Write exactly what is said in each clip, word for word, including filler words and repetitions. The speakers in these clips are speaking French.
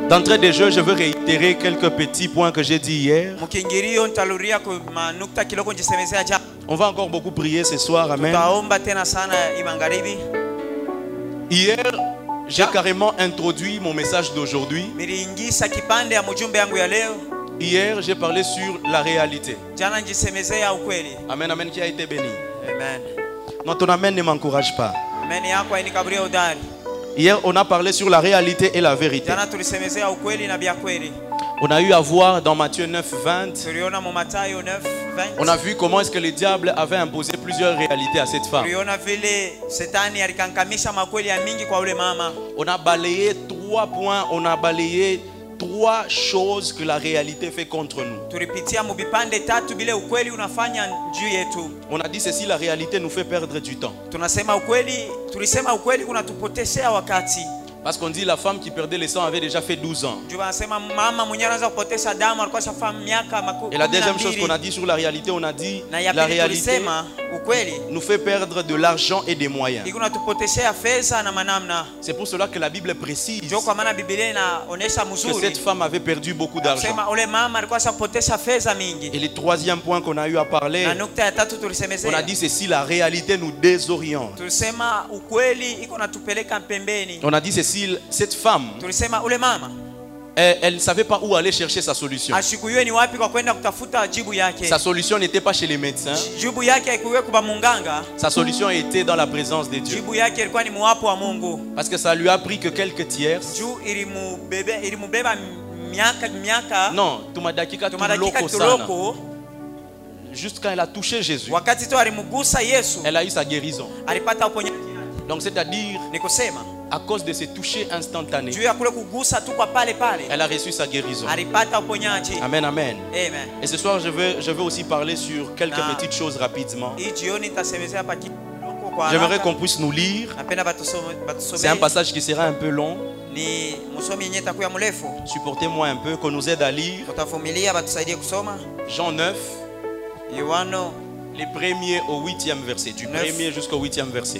D'entrée de jeu, je veux réitérer quelques petits points que j'ai dit hier. On va encore beaucoup prier ce soir. Amen. Hier, j'ai carrément introduit mon message d'aujourd'hui. Hier, j'ai parlé sur la réalité. Amen, amen, qui a été béni. Amen. Non, ton amen ne m'encourage pas. Hier, on a parlé sur la réalité et la vérité. On a eu à voir dans Matthieu neuf, vingt. On a vu comment est-ce que le diable avait imposé plusieurs réalités à cette femme. On a balayé trois points, on a balayé trois choses que la réalité fait contre nous. On a dit ceci, la réalité nous fait perdre du temps. Parce qu'on dit la femme qui perdait le sang avait déjà fait douze ans. Et la deuxième chose qu'on a dit sur la réalité, on a dit la réalité nous fait perdre de l'argent et des moyens. C'est pour cela que la Bible précise que cette femme avait perdu beaucoup d'argent. Et le troisième point qu'on a eu à parler, on a dit ceci, la réalité nous désoriente. On a dit ceci, cette femme, elle, elle ne savait pas où aller chercher sa solution. Sa solution n'était pas chez les médecins. Sa solution était dans la présence de Dieu. Parce que ça lui a pris que quelques tierces. Non, juste quand elle a touché Jésus, elle a eu sa guérison. Donc c'est-à-dire, à cause de ce toucher instantané, elle a reçu sa guérison. Amen, amen. Et ce soir, je veux, je veux aussi parler sur quelques petites choses rapidement. J'aimerais qu'on puisse nous lire. C'est un passage qui sera un peu long. Supportez-moi un peu, qu'on nous aide à lire. Jean neuf, les premiers au huitième verset. Du premier jusqu'au huitième verset.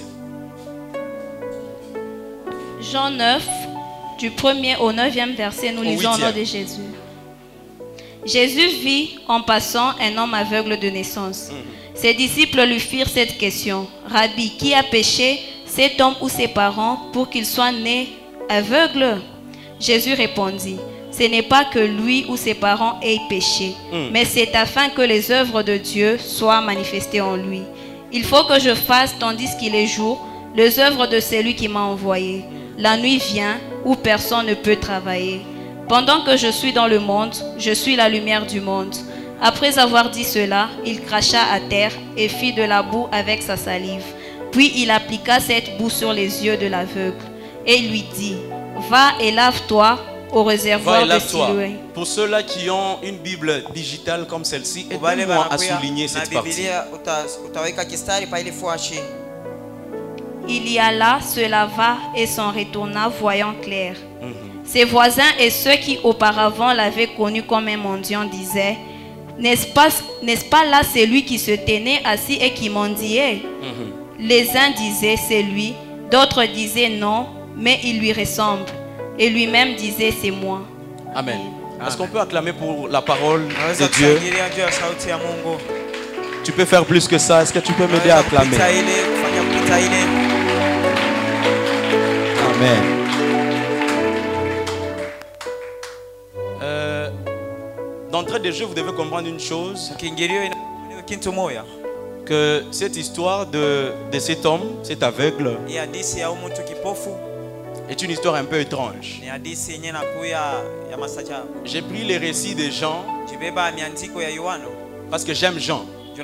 Jean neuf, du premier au neuvième verset, nous lisons au nom de Jésus. Jésus vit en passant un homme aveugle de naissance. Mm-hmm. Ses disciples lui firent cette question. Rabbi, qui a péché, cet homme ou ses parents, pour qu'il soit né aveugle? Jésus répondit, ce n'est pas que lui ou ses parents aient péché, mm. mais c'est afin que les œuvres de Dieu soient manifestées en lui. Il faut que je fasse, tandis qu'il est jour, les œuvres de celui qui m'a envoyé. La nuit vient où personne ne peut travailler. Pendant que je suis dans le monde, je suis la lumière du monde. Après avoir dit cela, il cracha à terre et fit de la boue avec sa salive. Puis il appliqua cette boue sur les yeux de l'aveugle et lui dit, va et lave-toi au réservoir de Siloé. Pour ceux-là qui ont une Bible digitale comme celle-ci, aidez-moi à souligner cette partie. Il y alla, se lava et s'en retourna voyant clair. Mm-hmm. Ses voisins et ceux qui auparavant l'avaient connu comme un mendiant disaient, n'est-ce pas, n'est-ce pas là celui qui se tenait assis et qui mendiait? Mm-hmm. Les uns disaient c'est lui, d'autres disaient non, mais il lui ressemble. Et lui-même disait c'est moi. Amen. Amen. Est-ce qu'on peut acclamer pour la parole de Dieu? Tu peux faire plus que ça. Est-ce que tu peux m'aider à acclamer? Amen. Euh, D'entrée de jeu, vous devez comprendre une chose. Que cette histoire de, de cet homme, cet aveugle, est une histoire un peu étrange. J'ai pris les récits de Jean parce que j'aime Jean.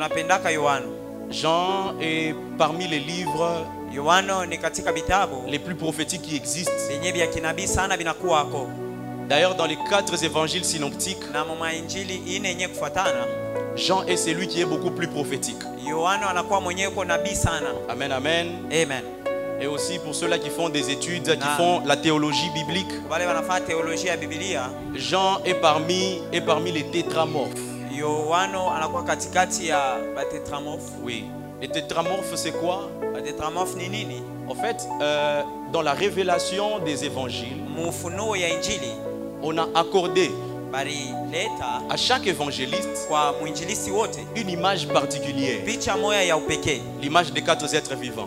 Jean est parmi les livres les plus prophétiques qui existent. D'ailleurs, dans les quatre évangiles synoptiques, Jean est celui qui est beaucoup plus prophétique. Amen, amen. Amen. Et aussi pour ceux-là qui font des études, qui font la théologie biblique, Jean est parmi, est parmi les tétramorphes. Oui. Les tétramorphes, c'est quoi? En fait, euh, dans la révélation des évangiles, on a accordé à chaque évangéliste une image particulière. L'image des quatre êtres vivants.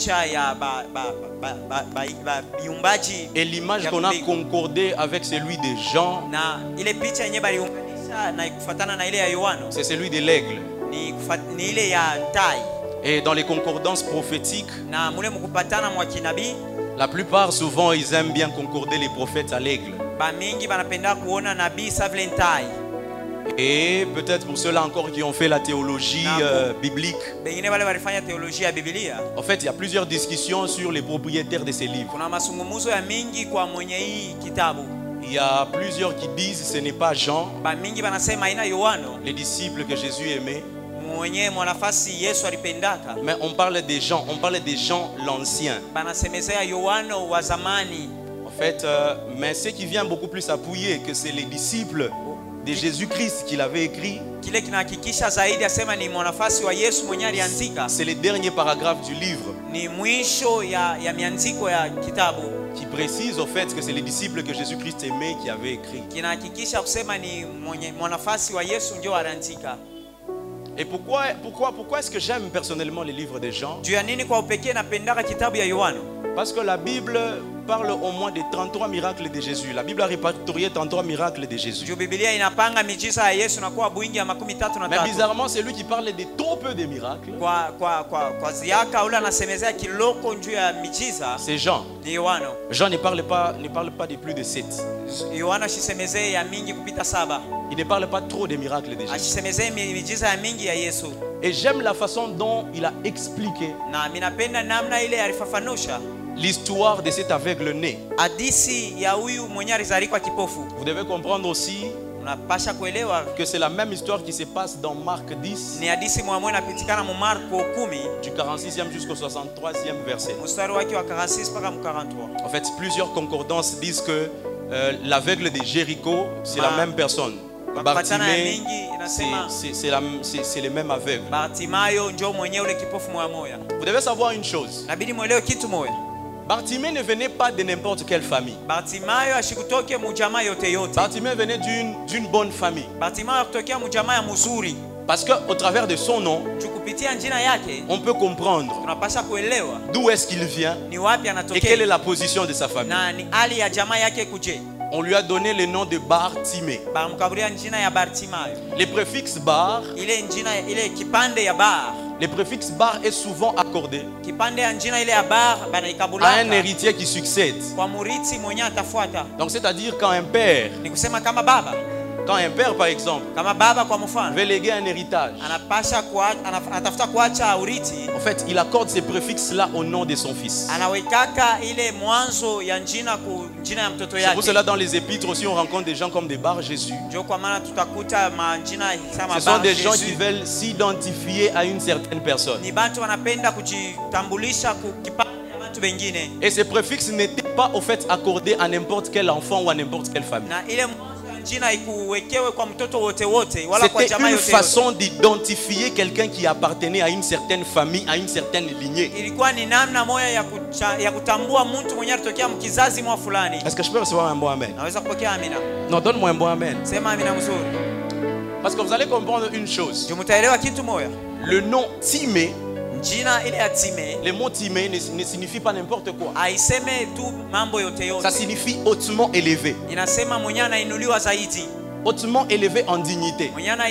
Et l'image qu'on a concordée avec celui de Jean, c'est celui de l'aigle. Et dans les concordances prophétiques, la plupart souvent ils aiment bien concorder les prophètes à l'aigle. Et peut-être pour ceux-là encore qui ont fait la théologie euh, biblique. En fait, il y a plusieurs discussions sur les propriétaires de ces livres. Il y a plusieurs qui disent que ce n'est pas Jean, les disciples que Jésus aimait. Mais on parle des gens, on parle des gens l'ancien. En fait, euh, mais ce qui vient beaucoup plus appuyer que c'est les disciples de Jésus-Christ qui l'avaient écrit. C'est les derniers paragraphes du livre qui précisent au fait que c'est les disciples que Jésus-Christ aimait qui avaient écrit. Et pourquoi, pourquoi, pourquoi est-ce que j'aime personnellement les livres de Jean? Parce que la Bible parle au moins de trente-trois miracles de Jésus. La Bible a répertorié trente-trois miracles de Jésus. Mais bizarrement, c'est lui qui parle de trop peu de miracles. C'est Jean. Jean ne parle pas, ne parle pas de plus de sept. Il ne parle pas trop des miracles de Jésus. Et j'aime la façon dont il a expliqué l'histoire de cet aveugle né. Vous devez comprendre aussi que c'est la même histoire qui se passe dans Marc dix, du quarante-sixième jusqu'au soixante-troisième verset. En fait, plusieurs concordances disent que euh, l'aveugle de Jéricho, c'est la même personne. Bartimée, c'est le même aveugle. Vous devez savoir une chose. Bartimée ne venait pas de n'importe quelle famille. Bartimée venait d'une bonne famille. Parce qu'au travers de son nom, on peut comprendre d'où est-ce qu'il vient et quelle est la position de sa famille. On lui a donné le nom de Bartimée. Le préfixe bar, le préfixe bar est souvent accordé à un héritier qui succède. Donc c'est-à-dire quand un père, quand un père par exemple veut léguer un héritage, en fait il accorde ces préfixes là au nom de son fils. C'est pour cela dans les épîtres aussi on rencontre des gens comme des Bar Jésus. Ce sont des gens qui veulent s'identifier à une certaine personne. Et ces préfixes n'étaient pas au fait accordés à n'importe quel enfant ou à n'importe quelle famille. C'était une façon d'identifier quelqu'un qui appartenait à une certaine famille, à une certaine lignée. Est-ce que je peux recevoir un bon amen? Non, donne-moi un bon amen. Parce que vous allez comprendre une chose. Le nom Timée, le mot Timée ne, ne signifie pas n'importe quoi. Ça signifie hautement élevé. Hautement élevé en dignité.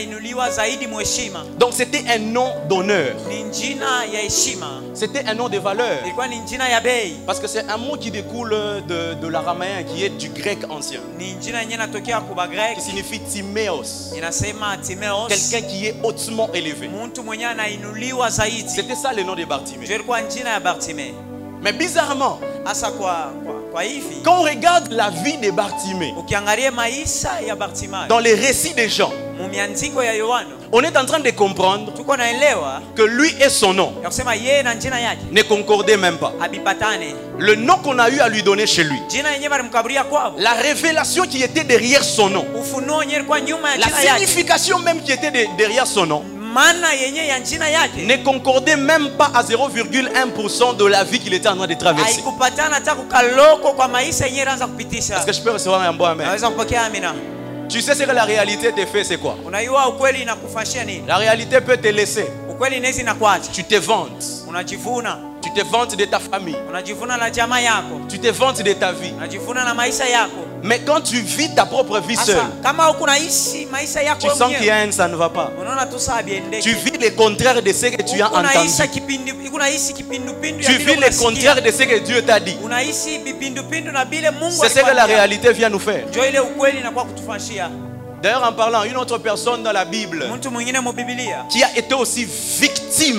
Donc c'était un nom d'honneur. C'était un nom de valeur. Parce que c'est un mot qui découle de, de l'araméen, qui est du grec ancien, qui signifie Timéos. Quelqu'un qui est hautement élevé. C'était ça le nom de Bartimée. Mais bizarrement, quand on regarde la vie de Bartimée dans les récits des gens, on est en train de comprendre que lui et son nom ne concordaient même pas. Le nom qu'on a eu à lui donner chez lui, la révélation qui était derrière son nom, la signification même qui était de, derrière son nom, ne concordait même pas à zéro virgule un pour cent de la vie qu'il était en train de traverser. Est-ce que je peux recevoir un bon amen? Tu sais ce que la réalité te fait, c'est quoi? La réalité peut te laisser. Tu te vantes. Tu te vantes de ta famille. Tu te vantes de ta vie. Mais quand tu vis ta propre vie seule, tu sens qu'il y a un ça ne va pas. Tu vis le contraire de ce que tu as entendu. Tu vis le contraire de ce que Dieu t'a dit. C'est ce que la réalité vient nous faire. D'ailleurs, en parlant, une autre personne dans la Bible qui a été aussi victime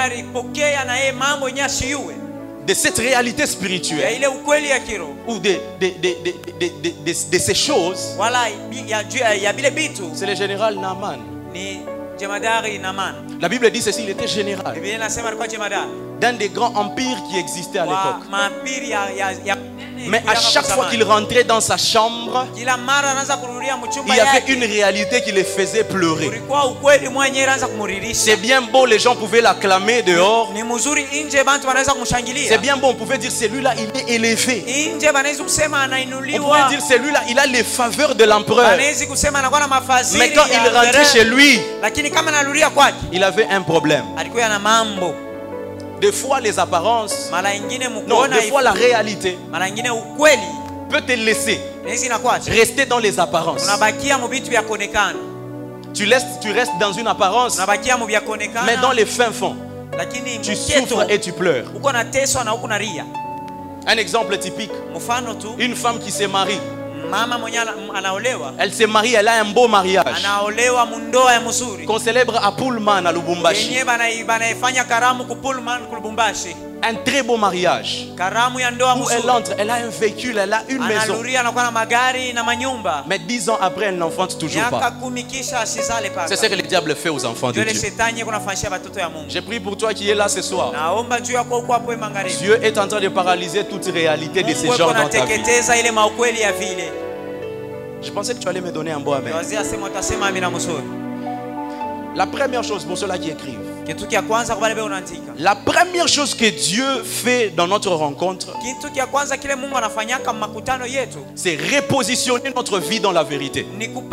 de cette réalité spirituelle ou de, de, de, de, de, de, de, de ces choses, c'est le général Naaman. La Bible dit ceci, il était général d'un des grands empires qui existaient à l'époque. Mais à chaque fois qu'il rentrait dans sa chambre, il y avait une réalité qui le faisait pleurer. C'est bien beau, les gens pouvaient l'acclamer dehors. C'est bien beau, on pouvait dire celui-là il est élevé. On pouvait dire celui-là il a les faveurs de l'empereur. Mais quand il rentrait chez lui, il avait un problème. Des fois les apparences, non, des fois la réalité peut te laisser rester dans les apparences. Tu, laisses, tu restes dans une apparence, mais dans les fins fonds, tu souffres et tu pleures. Un exemple typique, une femme qui se marie. Elle se marie, elle a un beau mariage qu'on célèbre à Pullman à Lubumbashi. Un très beau mariage où elle entre, elle a un véhicule, elle a une maison. Mais dix ans après, elle n'enfante toujours pas. C'est ce que le diable fait aux enfants de Dieu. J'ai prié pour toi qui es là ce soir. Dieu est en train de paralyser toute réalité de ces gens dans ta vie. Je pensais que tu allais me donner un bon amen. La première chose pour ceux-là qui écrivent, la première chose que Dieu fait dans notre rencontre, c'est repositionner notre vie dans la vérité.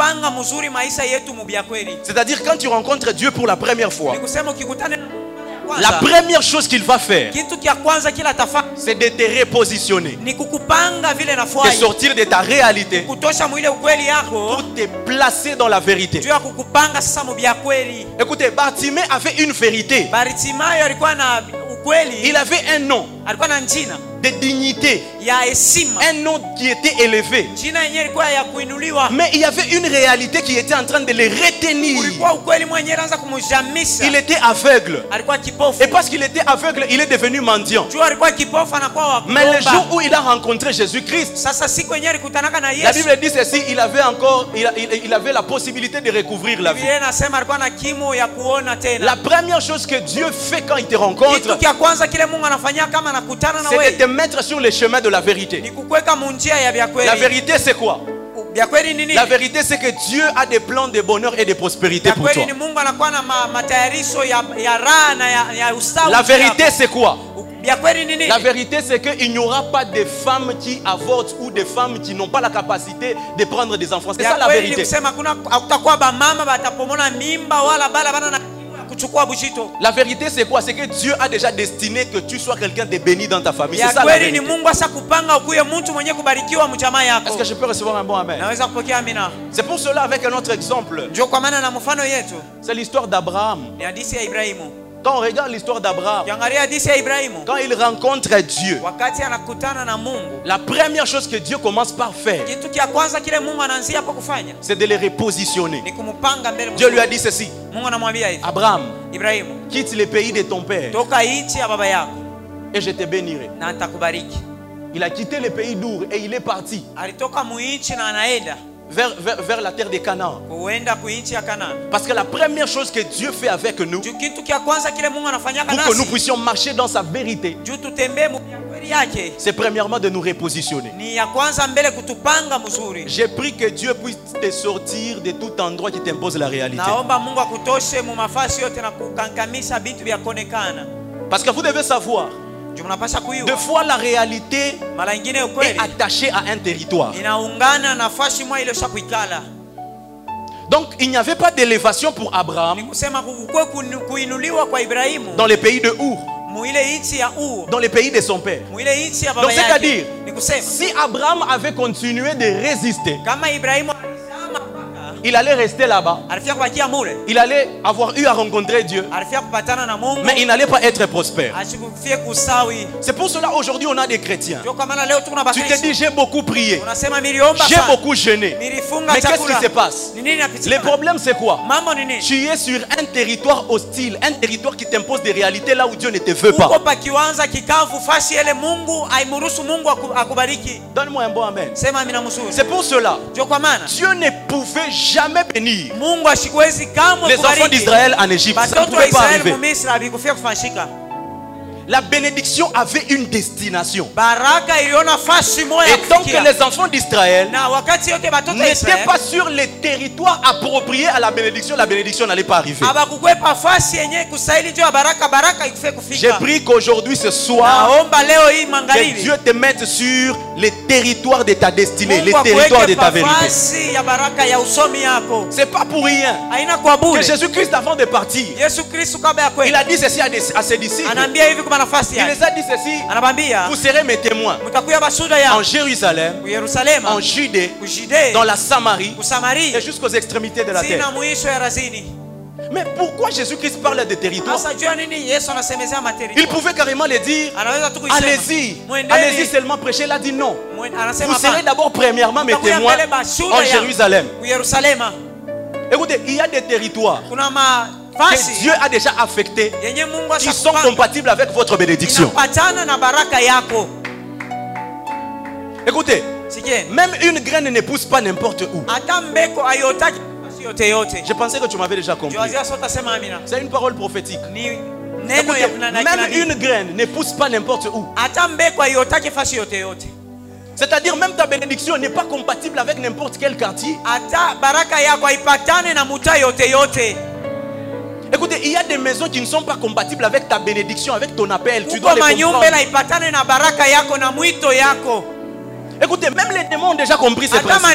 C'est-à-dire quand tu rencontres Dieu pour la première fois, la première chose qu'il va faire, c'est de te repositionner, de sortir de ta réalité pour te placer dans la vérité. Écoutez, Bartimée avait une vérité. Il avait un nom de dignité, un nom qui était élevé, mais il y avait une réalité qui était en train de le retenir. Il était aveugle, et parce qu'il était aveugle, il est devenu mendiant. Mais le jour où il a rencontré Jésus-Christ, la Bible dit ceci, il avait encore il, il, il avait la possibilité de recouvrir la vie. La première chose que Dieu fait quand il te rencontre, c'est de te mettre sur le chemin de la vérité. La vérité c'est quoi? La vérité c'est que Dieu a des plans de bonheur et de prospérité pour toi. La vérité c'est quoi? La vérité c'est qu'il n'y aura pas de femmes qui avortent ou de femmes qui n'ont pas la capacité de prendre des enfants. C'est ça la vérité. La vérité c'est quoi? C'est que Dieu a déjà destiné que tu sois quelqu'un de béni dans ta famille. C'est ça la vérité. Est-ce que je peux recevoir un bon amen? C'est pour cela avec un autre exemple, c'est l'histoire d'Abraham. Quand on regarde l'histoire d'Abraham, quand il rencontre Dieu, la première chose que Dieu commence par faire, c'est de le repositionner. Dieu lui a dit ceci: Abraham, quitte le pays de ton père et je te bénirai. Il a quitté le pays d'Our et il est parti Vers, vers, vers la terre de Canaan. Parce que la première chose que Dieu fait avec nous, pour que nous puissions marcher dans sa vérité, c'est premièrement de nous repositionner. J'ai pris que Dieu puisse te sortir de tout endroit qui t'impose la réalité. Parce que vous devez savoir, deux fois la réalité est attachée à un territoire. Donc il n'y avait pas d'élévation pour Abraham dans les pays de Our, dans les pays de son père. Donc c'est-à-dire, si Abraham avait continué de résister, il allait rester là-bas. Il allait avoir eu à rencontrer Dieu, mais il n'allait pas être prospère. C'est pour cela aujourd'hui on a des chrétiens. Tu te dis j'ai beaucoup prié, j'ai beaucoup jeûné, mais qu'est-ce qui se passe? Le problème c'est quoi? Tu es sur un territoire hostile, un territoire qui t'impose des réalités là où Dieu ne te veut pas. Donne-moi un bon amen. C'est pour cela Dieu ne pouvait jamais bénir les enfants d'Israël en Égypte. Ça ne pouvait pas arriver. La bénédiction avait une destination. Et tant que les enfants d'Israël n'étaient pas sur les territoires appropriés à la bénédiction, la bénédiction n'allait pas arriver. J'ai pris qu'aujourd'hui, ce soir, que Dieu te mette sur les territoires de ta destinée, les territoires de ta vérité. C'est pas pour rien que Jésus-Christ, avant de partir, il a dit ceci à ses disciples. Il les a dit ceci: vous serez mes témoins en Jérusalem, en Judée, dans la Samarie et jusqu'aux extrémités de la terre. Mais pourquoi Jésus-Christ parle de territoire? Il pouvait carrément les dire: allez-y, allez-y seulement prêcher. Il a dit non. Vous serez d'abord premièrement mes témoins en Jérusalem. Écoutez, il y a des territoires que Dieu a déjà affectés qui sont compatibles avec votre bénédiction. Écoutez, même une graine ne pousse pas n'importe où. Je pensais que tu m'avais déjà compris. C'est une parole prophétique. Écoutez, même une graine ne pousse pas n'importe où. C'est-à-dire même ta bénédiction n'est pas compatible avec n'importe quel quartier. Écoutez, il y a des maisons qui ne sont pas compatibles avec ta bénédiction, avec ton appel. Tu dois les comprendre. Écoutez, même les démons ont déjà compris ces principes.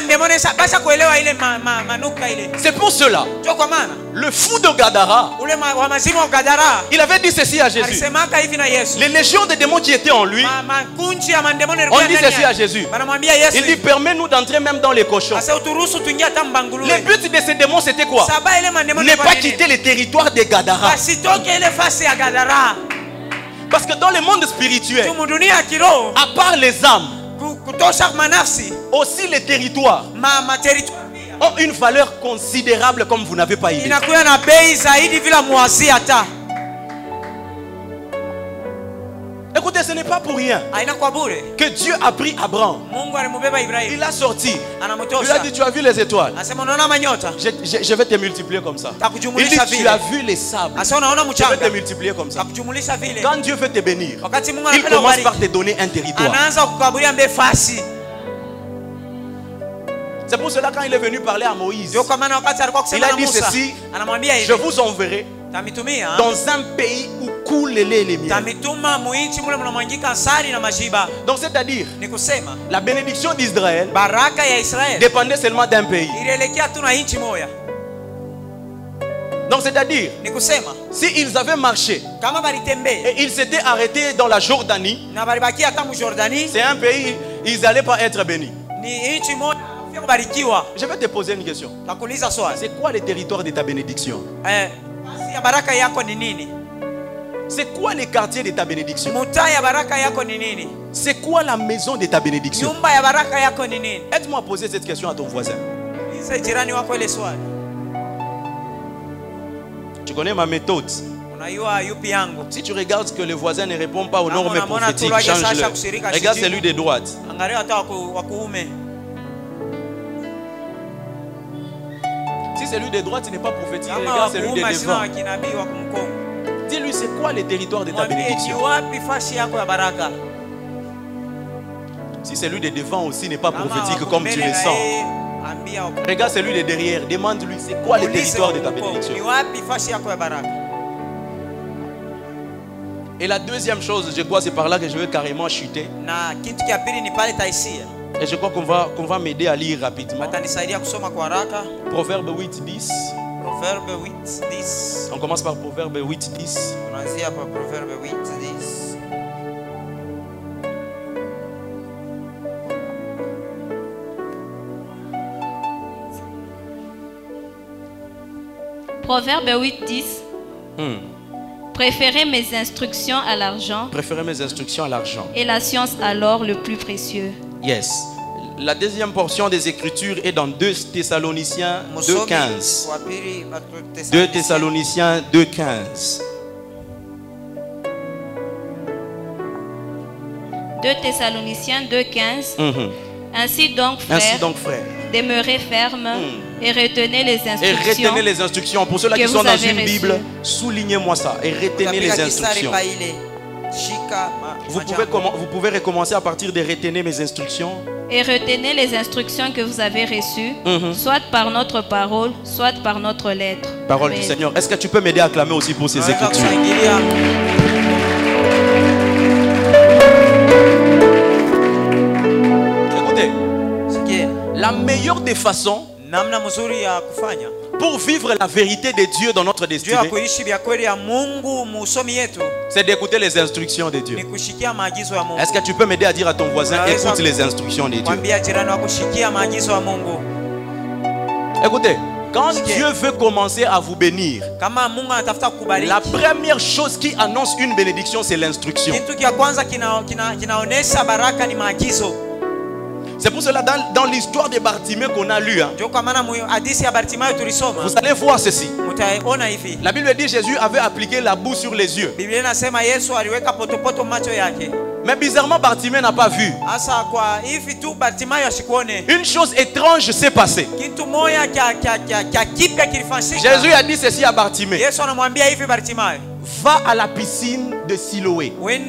C'est pour cela, le fou de Gadara, il avait dit ceci à Jésus. Les légions de démons qui étaient en lui ont dit ceci à Jésus. Il dit: permets-nous d'entrer même dans les cochons. Le but de ces démons c'était quoi? Ne pas quitter le territoire de Gadara. Parce que dans le monde spirituel, à part les âmes, aussi les territoires ont une valeur considérable comme vous n'avez pas idée. Écoutez, ce n'est pas pour rien que Dieu a pris Abraham. Il a sorti. Il a dit: tu as vu les étoiles, je, je, je vais te multiplier comme ça. Il dit: tu as vu les sables, je vais te multiplier comme ça. Quand Dieu veut te bénir, il commence par te donner un territoire. C'est pour cela quand il est venu parler à Moïse, il a dit ceci: je vous enverrai dans un pays où coule le lait et les miel. Donc c'est-à-dire, la bénédiction d'Israël dépendait seulement d'un pays. Donc c'est-à-dire, s'ils avaient marché et ils s'étaient arrêtés dans la Jordanie, c'est un pays, ils n'allaient pas être bénis. Je vais te poser une question. C'est quoi le territoire de ta bénédiction? C'est quoi le quartier de ta bénédiction? C'est quoi la maison de ta bénédiction? Aide-moi à poser cette question à ton voisin. Tu connais ma méthode. Si tu regardes que le voisin ne répond pas aux normes prophétiques, change-le. Regarde celui de droite. Si celui de droite n'est pas prophétique, regarde celui de devant. Dis-lui, c'est quoi le territoire de ta bénédiction? Si celui de devant aussi n'est pas prophétique comme tu le sens, regarde celui de derrière. Demande-lui c'est quoi le territoire de ta bénédiction. Et la deuxième chose, je crois, c'est par là que je vais carrément chuter. Et je crois qu'on va, qu'on va m'aider à lire rapidement. Proverbe huit, dix. Proverbe huit, dix. On commence par Proverbe huit, dix. Proverbe huit, dix. Proverbe huit, dix. Hmm. Préférez mes instructions à l'argent. Préférez mes instructions à l'argent. Et la science à l'or le plus précieux. Yes. La deuxième portion des Écritures est dans deux Thessaloniciens deux, quinze. deux Thessaloniciens deux, quinze. deux Thessaloniciens deux, quinze. Mm-hmm. Ainsi donc, frères, Ainsi donc, frères, demeurez fermes mm. et retenez les instructions. Et retenez les instructions. Pour ceux-là qui sont dans une reçu. Bible, soulignez-moi ça. Et retenez les instructions. Vous pouvez, vous pouvez recommencer à partir de retenez mes instructions. Et retenez les instructions que vous avez reçues, mm-hmm. soit par notre parole, soit par notre lettre. Parole Amen. Du Seigneur. Est-ce que tu peux m'aider à acclamer aussi pour ces ouais, Écritures? La meilleure des façons pour vivre la vérité de Dieu dans notre destinée, c'est d'écouter les instructions de Dieu. Est-ce que tu peux m'aider à dire à ton voisin, écoute les instructions de Dieu? Écoutez, quand Dieu veut commencer à vous bénir, la première chose qui annonce une bénédiction, c'est l'instruction. C'est pour cela dans, dans l'histoire de Bartimée qu'on a lu, hein, vous allez voir ceci. La Bible dit que Jésus avait appliqué la boue sur les yeux. Mais bizarrement, Bartimée n'a pas vu. Une chose étrange s'est passée. Jésus a dit ceci à Bartimée: va à la piscine de Siloé.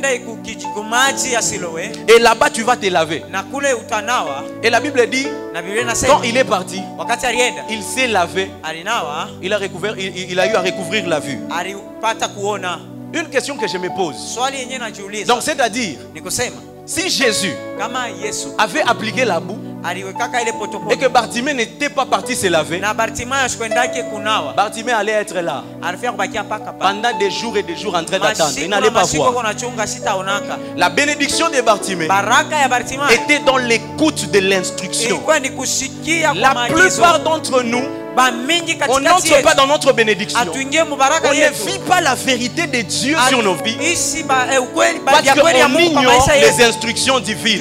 Et là-bas tu vas te laver. Et la Bible dit, quand il est parti, il s'est lavé. Il a, recouvert, il, il a eu à recouvrir la vue. Une question que je me pose. Donc c'est-à-dire, si Jésus avait appliqué la boue et que Bartimée n'était pas parti se laver, Bartimée allait être là pendant des jours et des jours en train d'attendre. Il n'allait pas voir. La bénédiction de Bartimée était dans l'écoute de l'instruction. La plupart d'entre nous, on n'entre pas dans notre bénédiction. On ne vit pas la vérité de Dieu sur nos vies parce qu'on ignore les instructions divines.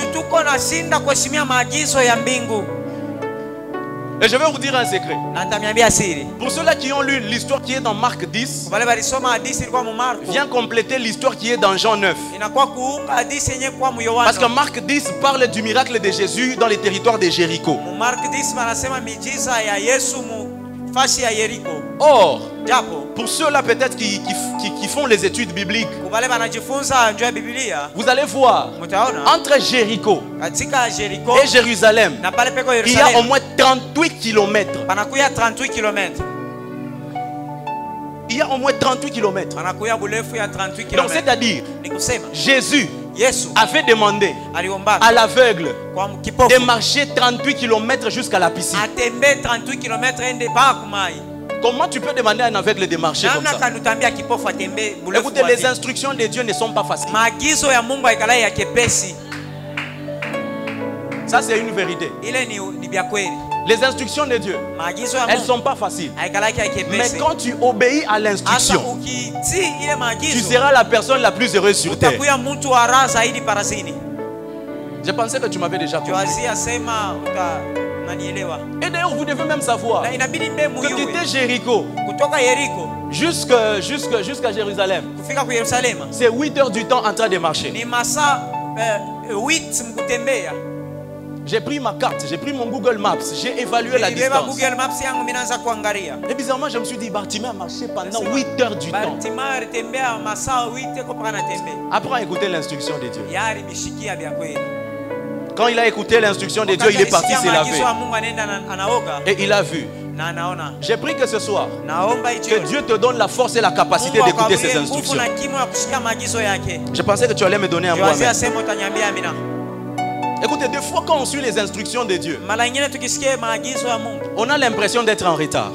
Et je vais vous dire un secret. Pour ceux-là qui ont lu l'histoire qui est dans Marc dix, viens compléter l'histoire qui est dans Jean neuf. Parce que Marc dix parle du miracle de Jésus dans les territoires de Jéricho. Or, pour ceux-là peut-être qui, qui, qui, qui font les études bibliques, vous allez voir, entre Jéricho et Jérusalem, il y a au moins trente-huit kilomètres. Il y a au moins trente-huit kilomètres. Donc c'est-à-dire, Jésus avait demandé à l'aveugle de marcher trente-huit kilomètres jusqu'à la piscine. Comment tu peux demander à un aveugle de marcher comme ça? Écoutez, les instructions de Dieu ne sont pas faciles. Ça c'est une vérité. Les instructions de Dieu, elles ne sont pas faciles. Mais quand tu obéis à l'instruction, tu seras la personne la plus heureuse sur terre. Je pensais que tu m'avais déjà compris. Et d'ailleurs, vous devez même savoir que quitter Jéricho jusqu'à jusqu'à jusqu'à Jérusalem, c'est huit heures du temps en train de marcher. J'ai pris ma carte, j'ai pris mon Google Maps, j'ai évalué la distance. Et bizarrement, je me suis dit, Bartimée a marché pendant huit heures du temps. Apprends à écouter l'instruction de Dieu. Quand il a écouté l'instruction de Dieu, il est parti se laver. Et il a vu. J'ai pris que ce soir, que Dieu te donne la force et la capacité d'écouter ses instructions. Je pensais que tu allais me donner un mot. Écoutez, des fois quand on suit les instructions de Dieu, on a l'impression d'être en retard.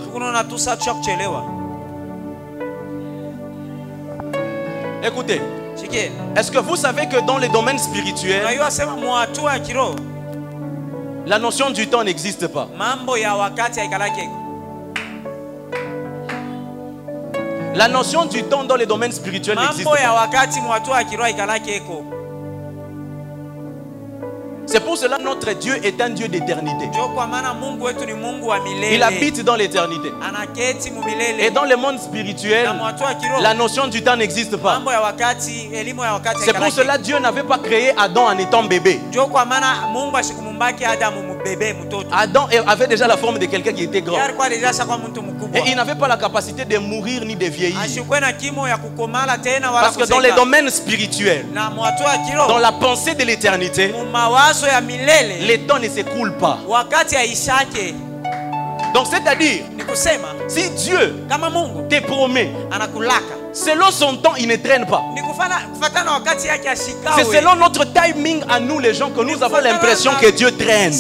Écoutez, est-ce que vous savez que dans les domaines spirituels, la notion du temps n'existe pas? La notion du temps dans les domaines spirituels n'existe pas. C'est pour cela que notre Dieu est un Dieu d'éternité. Il habite dans l'éternité. Et dans le monde spirituel, la notion du temps n'existe pas. C'est pour cela que Dieu n'avait pas créé Adam en étant bébé. Adam avait déjà la forme de quelqu'un qui était grand. Et il n'avait pas la capacité de mourir ni de vieillir. Parce que dans les domaines spirituels, dans la pensée de l'éternité, le temps ne s'écoule pas. Donc c'est-à-dire, si Dieu te promet, selon son temps, il ne traîne pas. C'est selon notre timing à nous les gens que nous avons l'impression que Dieu traîne.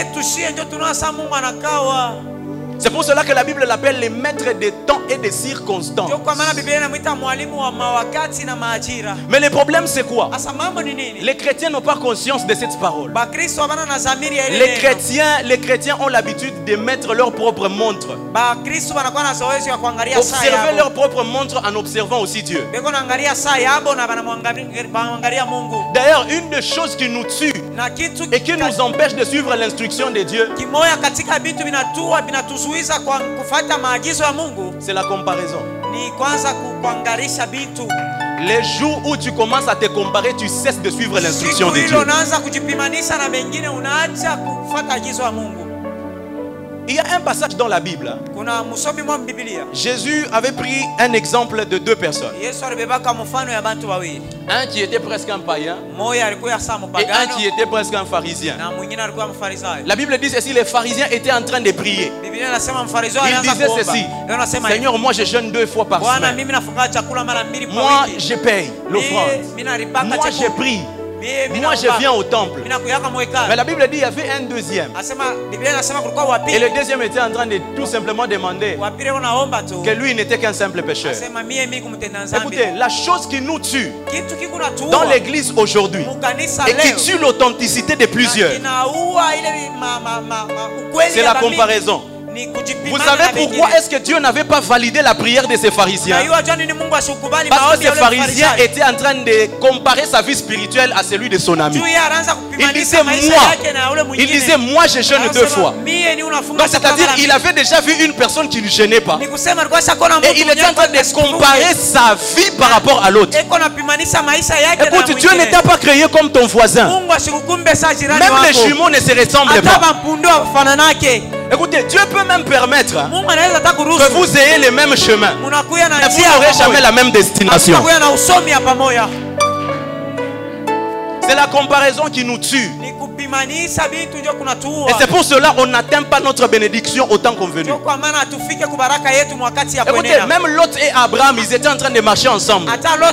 C'est pour cela que la Bible l'appelle les maîtres des temps et des circonstances. Mais le problème c'est quoi? Les chrétiens n'ont pas conscience de cette parole. Les chrétiens, les chrétiens ont l'habitude de mettre leur propre montre. Observer leur propre montre en observant aussi Dieu. D'ailleurs, une des choses qui nous tue et qui nous empêche de suivre l'instruction de Dieu, c'est la comparaison. Les jours où tu commences à te comparer, tu cesses de suivre l'instruction de Dieu. Il y a un passage dans la Bible. Jésus avait pris un exemple de deux personnes. Un qui était presque un païen et un qui était presque un pharisien. La Bible dit ceci: les pharisiens étaient en train de prier. Ils disaient ceci: Seigneur, moi je jeûne deux fois par semaine. Moi je paye l'offrande. Moi je prie. Moi je viens au temple. Mais la Bible dit qu'il y avait un deuxième. Et le deuxième était en train de tout simplement demander que lui n'était qu'un simple pécheur. Écoutez, la chose qui nous tue dans l'église aujourd'hui et qui tue l'authenticité de plusieurs, c'est la comparaison. Vous savez pourquoi est-ce que Dieu n'avait pas validé la prière de ces pharisiens? Parce que ces pharisiens étaient en train de comparer sa vie spirituelle à celui de son ami. Il disait moi, il disait moi je jeûne deux fois. Donc c'est-à-dire il avait déjà vu une personne qui ne jeûnait pas. Et il était en train de comparer sa vie par rapport à l'autre. Écoute, Dieu ne t'a pas créé comme ton voisin. Même les jumeaux ne se ressemblent pas. Écoutez, Dieu peut même permettre que vous ayez le même chemin, mais vous n'aurez jamais la même destination. C'est la comparaison qui nous tue. Et c'est pour cela qu'on n'atteint pas notre bénédiction autant convenu. Écoutez, même Lot et Abraham, ils étaient en train de marcher ensemble.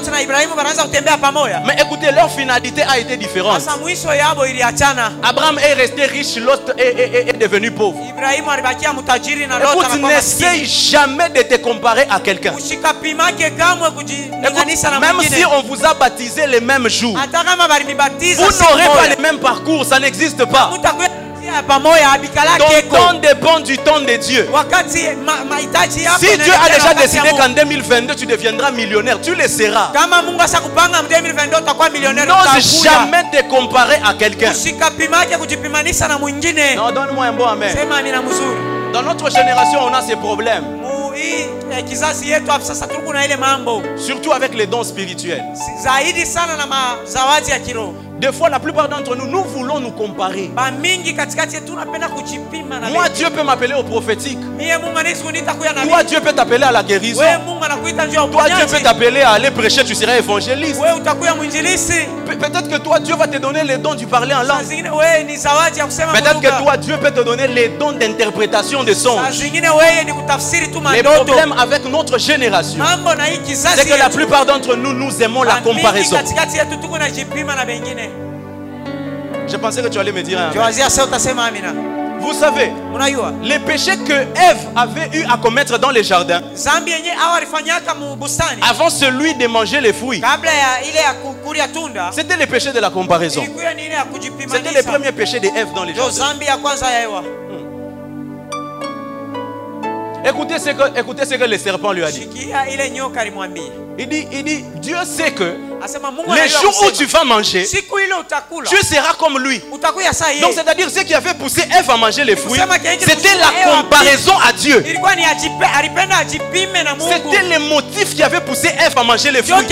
Mais écoutez, leur finalité a été différente. Abraham est resté riche, Lot est, est, est devenu pauvre. Écoute, n'essaye jamais de te comparer à quelqu'un. Même si on vous a baptisé les mêmes jours, vous n'aurez pas le même parcours, ça n'existe pas. Ton temps dépend du temps de Dieu. Si Dieu a déjà décidé qu'en deux mille vingt-deux tu deviendras millionnaire, tu le seras. N'ose jamais te comparer à quelqu'un. Non, donne-moi un bon amen. Dans notre génération, on a ces problèmes. Surtout avec les dons spirituels. Des fois, la plupart d'entre nous, nous voulons nous comparer. Moi, Dieu peut m'appeler au prophétique. Toi, Dieu peut t'appeler à la guérison. Toi, Dieu peut t'appeler à aller prêcher, tu seras évangéliste. Peut-être que toi, Dieu va te donner les dons du parler en langue. Peut-être que toi, Dieu peut te donner les dons d'interprétation de songes. Les problèmes avec notre génération, c'est que la plupart d'entre nous, nous aimons la comparaison. Je pensais que tu allais me dire un amen. Vous savez, les péchés que Ève avait eu à commettre dans les jardins, avant celui de manger les fruits, c'était les péchés de la comparaison. C'était les premiers péchés d'Ève dans les jardins. Écoutez ce que, écoutez ce que le serpent lui a dit. Il dit, il dit, Dieu sait que les jours où tu vas manger, tu seras comme lui. Donc c'est-à-dire ce qui avait poussé Ève à manger les fruits, c'était la comparaison à Dieu. C'était les motifs qui avaient poussé Ève à manger les fruits.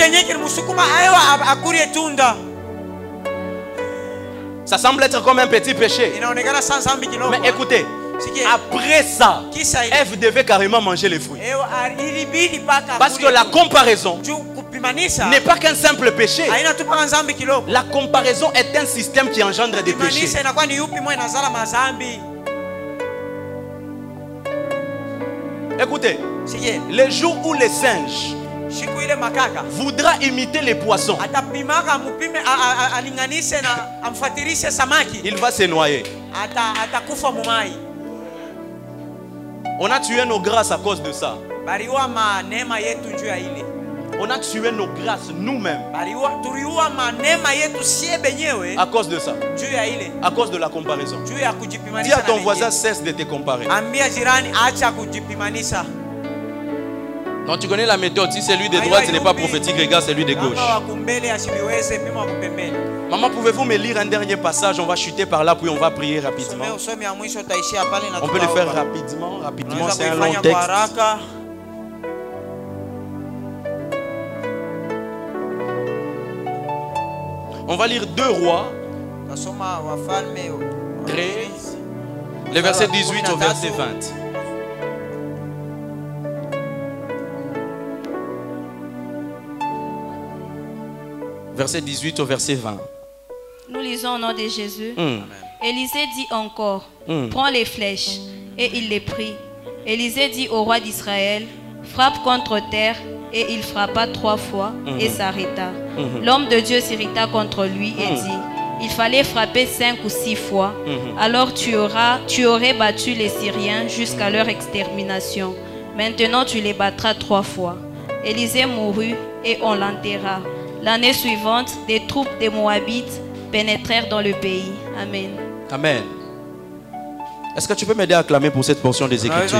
Ça semble être comme un petit péché. Mais écoutez, après ça, Ève devait carrément manger les fruits. Parce que la comparaison n'est pas qu'un simple péché. La comparaison est un système qui engendre des péchés. Écoutez, les jours où les singes voudra imiter les poissons, il va se noyer. On a tué nos grâces à cause de ça. On a tué nos grâces nous-mêmes à cause de ça. À cause de la comparaison. Dis à ton voisin, cesse de te comparer. Quand tu connais la méthode, si celui de droite n'est pas prophétique, regarde celui de gauche. Maman, pouvez-vous me lire un dernier passage? On va chuter par là, puis on va prier rapidement. On peut le faire rapidement, rapidement, c'est un long texte. On va lire deux rois, treize, le verset dix-huit au verset vingt. Verset dix-huit au verset vingt. Nous lisons au nom de Jésus. Mm. Élisée dit encore, Mm. prends les flèches. Et il les prit. Élisée dit au roi d'Israël, frappe contre terre. Et il frappa trois fois Mm. et s'arrêta. Mm. L'homme de Dieu s'irrita contre lui et Mm. dit, il fallait frapper cinq ou six fois. Mm. Alors tu, auras, tu aurais battu les Syriens jusqu'à leur extermination. Maintenant tu les battras trois fois. Élisée mourut et on l'enterra. L'année suivante, des troupes des Moabites pénétrèrent dans le pays. Amen. Amen. Est-ce que tu peux m'aider à acclamer pour cette portion des Écritures?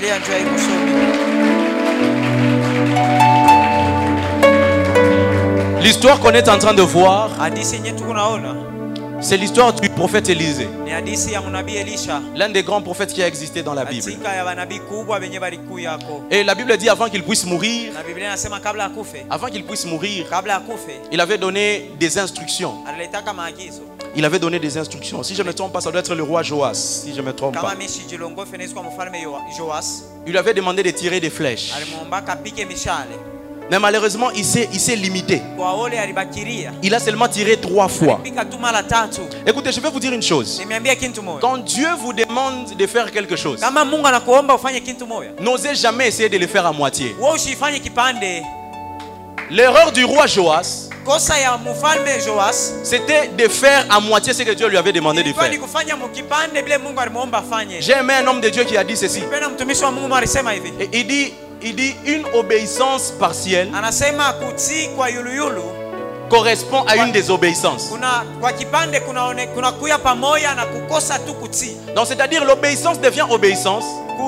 L'histoire qu'on est en train de voir, c'est l'histoire du prophète Élisée, l'un des grands prophètes qui a existé dans la Bible. Et la Bible dit avant qu'il puisse mourir, avant qu'il puisse mourir, il avait donné des instructions. Il avait donné des instructions. Si je ne me trompe pas, ça doit être le roi Joas. Si je ne me trompe pas. Il lui avait demandé de tirer des flèches. Mais malheureusement, il s'est, il s'est limité. Il a seulement tiré trois fois. Écoutez, je vais vous dire une chose. Quand Dieu vous demande de faire quelque chose, n'osez jamais essayer de le faire à moitié. L'erreur du roi Joas, c'était de faire à moitié ce que Dieu lui avait demandé de faire. J'ai aimé un homme de Dieu qui a dit ceci. Et il dit, il dit une obéissance partielle correspond à une désobéissance. Donc c'est-à-dire l'obéissance devient obéissance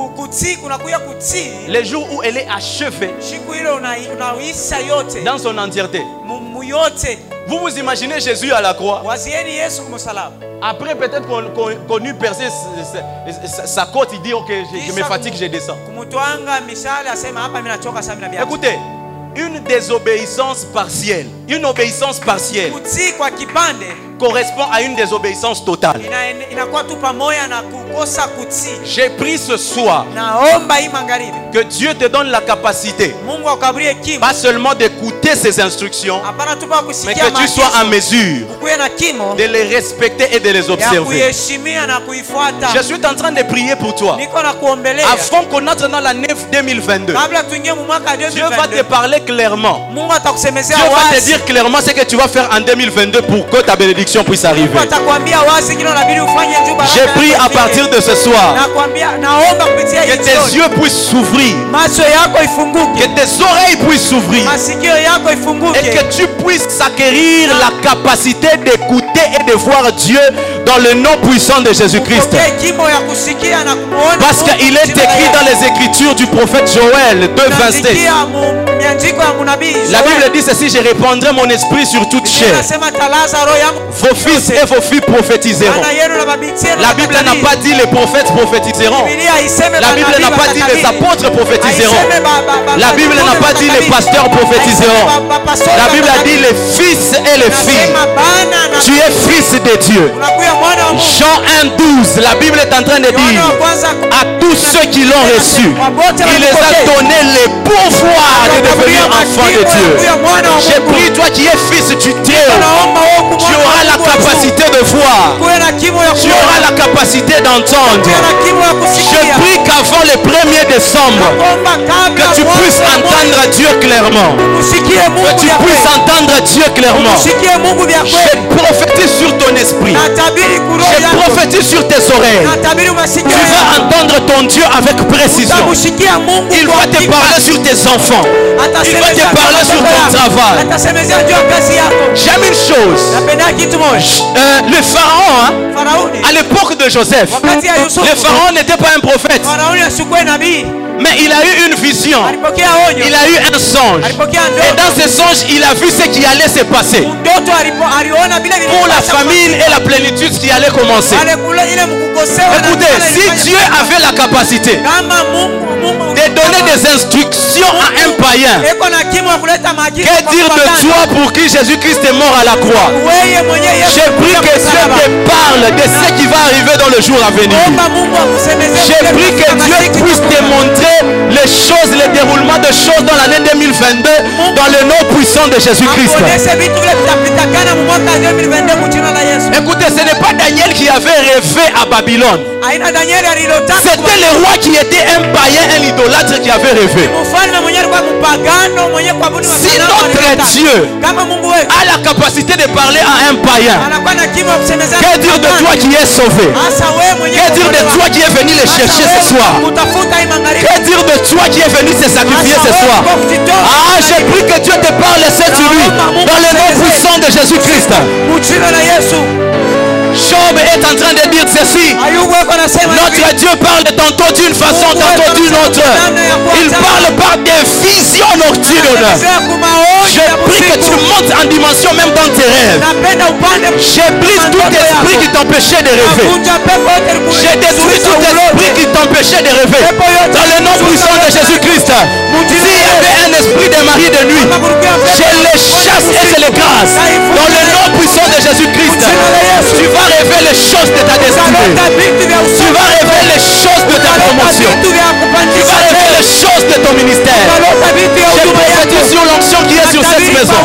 les jours où elle est achevée dans son entièreté. Vous vous imaginez Jésus à la croix. Après peut-être qu'on qu'on eut percé sa, sa côte, il dit ok, je, je me fatigue, je descends. Écoutez, une désobéissance partielle, une obéissance partielle correspond à une désobéissance totale. J'ai pris ce soir que Dieu te donne la capacité, pas seulement d'écouter ses instructions, mais que tu sois en mesure de les respecter et de les observer. Je suis en train de prier pour toi, afin qu'on entre dans l'année deux mille vingt-deux. Dieu va te parler clairement. Dieu va te dire clairement ce que tu vas faire en deux mille vingt-deux pour que ta bénédiction puisse arriver. J'ai prié à partir de ce soir que tes yeux puissent s'ouvrir, que tes oreilles puissent s'ouvrir et que tu puisses acquérir la capacité d'écouter et de voir Dieu dans le nom puissant de Jésus-Christ. Parce qu'il est écrit dans les écritures du prophète Joël deux vingt-sept. La Bible dit ceci: je répandrai mon esprit sur toute chair. Vos fils et vos filles prophétiseront. La Bible n'a pas dit les prophètes prophétiseront. La Bible n'a pas dit les apôtres prophétiseront. La Bible n'a pas dit les pasteurs prophétiseront. La Bible a dit les fils et les filles. Tu es fils de Dieu. Jean un douze, la Bible est en train de dire à tous ceux qui l'ont reçu, il les a donné le pouvoir de devenir enfants de Dieu. J'ai pris, toi qui es fils du Dieu, tu auras la capacité de voir, tu auras la capacité d'entendre. Je prie qu'avant le premier décembre, que tu puisses entendre Dieu clairement, que tu puisses entendre Dieu clairement. Je prophétise sur ton esprit, je prophétise sur tes oreilles. Tu vas entendre ton Dieu avec précision. Il va te parler sur tes enfants, il va te parler sur ton travail. J'aime une chose, euh, le pharaon, hein, à l'époque de Joseph, le pharaon n'était pas un prophète, mais il a eu une vision, il a eu un songe, et dans ce songe il a vu ce qui allait se passer pour la famine et la plénitude qui allait commencer. Écoutez, si Dieu avait la capacité de donner des instructions à un païen, que dire de toi pour qui Jésus-Christ est mort à la croix? J'ai pris que Dieu te parle de ce qui va arriver dans le jour à venir. J'ai pris que Dieu puisse te montrer les choses, le déroulement de choses dans l'année deux mille vingt-deux dans le nom puissant de Jésus-Christ. Écoutez, ce n'est pas Daniel qui avait rêvé à Babylone. C'était le roi qui était un païen, un idolâtre qui avait rêvé. Si notre Dieu a la capacité de parler à un païen, que dire de toi qui es sauvé? Que dire de toi qui est venu le chercher ce soir? Que dire de toi qui est venu se sacrifier ce soir? Ah, j'ai pris que Dieu te parle, c'est sur lui, dans le nom puissant de Jésus-Christ. Job est en train de dire ceci: notre Dieu parle tantôt d'une façon, tantôt d'une autre. Il parle par des visions nocturnes. Je prie que tu montes en dimension même dans tes rêves. Je brise tout esprit qui t'empêchait de rêver. Je détruis tout esprit qui t'empêchait de rêver. Dans le nom puissant de Jésus-Christ. S'il y avait un esprit de mari de nuit, je les chasse et je les grâce. Dans le nom puissant de Jésus-Christ, tu vas rêver les choses de ta destinée. Tu vas rêver les choses de ta promotion. Tu vas rêver les choses de ton ministère. Je prophétise sur l'onction qui est sur cette maison.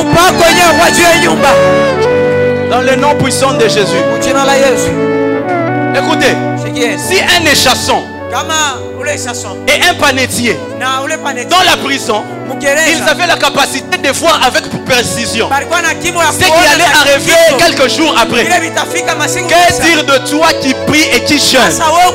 Dans le nom puissant de Jésus. Écoutez, si un échasson et un panetier dans la prison, ils avaient la capacité de voir avec précision ce qui allait arriver quelques jours après. Que dire de toi qui prie et qui jeûne?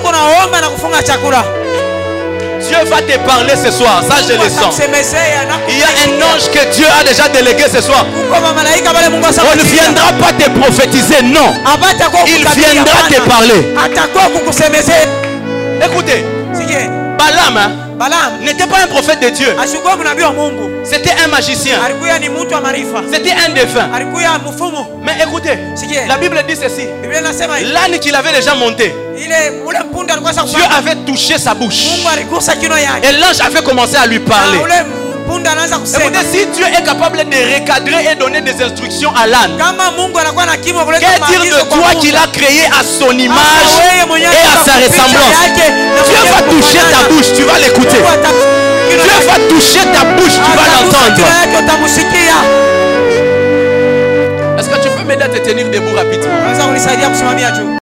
Dieu va te parler ce soir, ça je le sens. Il y a un ange que Dieu a déjà délégué ce soir. On ne viendra pas te prophétiser, non. Il viendra te parler. Écoutez, Balaam, hein, n'était pas un prophète de Dieu. C'était un magicien. C'était un défunt. Mais écoutez, la Bible dit ceci: l'âne qu'il avait déjà monté, Dieu avait touché sa bouche et l'ange avait commencé à lui parler. Écoutez, si Dieu est capable de recadrer et donner des instructions à l'âne, qu'est-ce dire de toi qu'il a créé à son image et à sa ressemblance? Dieu va toucher ta bouche, tu vas l'écouter. Dieu va toucher ta bouche, tu vas l'entendre. Est-ce que tu peux m'aider à te tenir debout rapidement?